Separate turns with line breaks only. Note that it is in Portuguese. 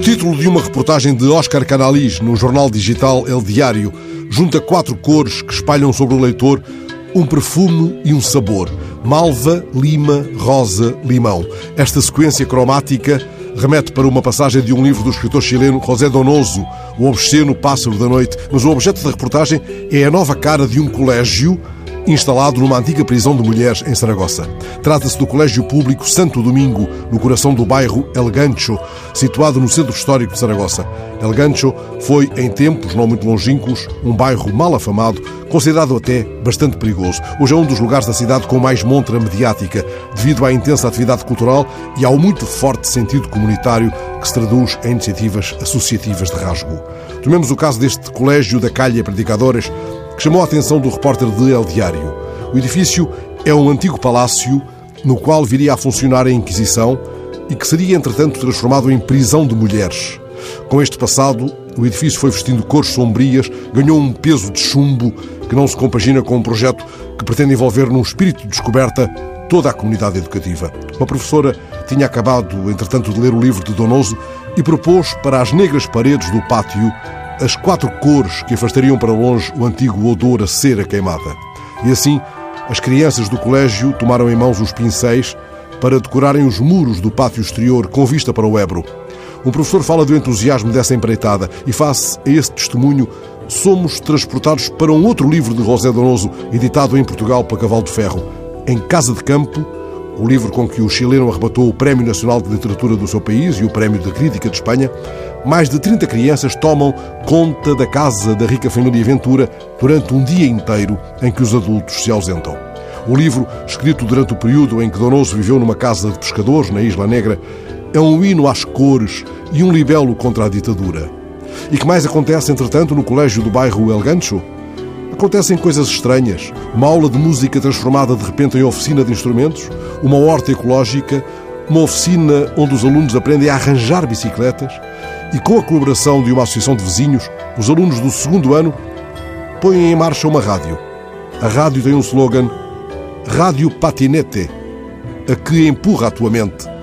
título de uma reportagem de Óscar Canalís no jornal digital El Diário junta 4 cores que espalham sobre o leitor um perfume e um sabor: malva, lima, rosa, limão. Esta sequência cromática remete para uma passagem de um livro do escritor chileno José Donoso, O Obsceno Pássaro da Noite, mas o objeto da reportagem é a nova cara de um colégio instalado numa antiga prisão de mulheres em Saragossa. Trata-se do Colégio Público Santo Domingo, no coração do bairro El Gancho, situado no centro histórico de Saragossa. El Gancho foi, em tempos não muito longínquos, um bairro mal afamado, considerado até bastante perigoso. Hoje é um dos lugares da cidade com mais montra mediática, devido à intensa atividade cultural e ao muito forte sentido comunitário que se traduz em iniciativas associativas de rasgo. Tomemos o caso deste Colégio da Calha Predicadores, que chamou a atenção do repórter de El Diário. O edifício é um antigo palácio no qual viria a funcionar a Inquisição e que seria, entretanto, transformado em prisão de mulheres. Com este passado, o edifício foi vestindo cores sombrias, ganhou um peso de chumbo que não se compagina com um projeto que pretende envolver num espírito de descoberta toda a comunidade educativa. Uma professora tinha acabado, entretanto, de ler o livro de Donoso e propôs para as negras paredes do pátio as 4 cores que afastariam para longe o antigo odor a cera queimada. E assim, as crianças do colégio tomaram em mãos os pincéis para decorarem os muros do pátio exterior com vista para o Ebro. Um professor fala do entusiasmo dessa empreitada e, face a esse testemunho, somos transportados para um outro livro de José Donoso, editado em Portugal pela Cavalo de Ferro, Em Casa de Campo, o livro com que o chileno arrebatou o Prémio Nacional de Literatura do seu país e o Prémio de Crítica de Espanha. Mais de 30 crianças tomam conta da casa da rica família Ventura durante um dia inteiro em que os adultos se ausentam. O livro, escrito durante o período em que Donoso viveu numa casa de pescadores na Isla Negra, é um hino às cores e um libelo contra a ditadura. E que mais acontece, entretanto, no colégio do bairro El Gancho? Acontecem coisas estranhas. Uma aula de música transformada de repente em oficina de instrumentos, uma horta ecológica, uma oficina onde os alunos aprendem a arranjar bicicletas e, com a colaboração de uma associação de vizinhos, os alunos do 2º ano põem em marcha uma rádio. A rádio tem um slogan: Rádio Patinete, a que empurra a tua mente.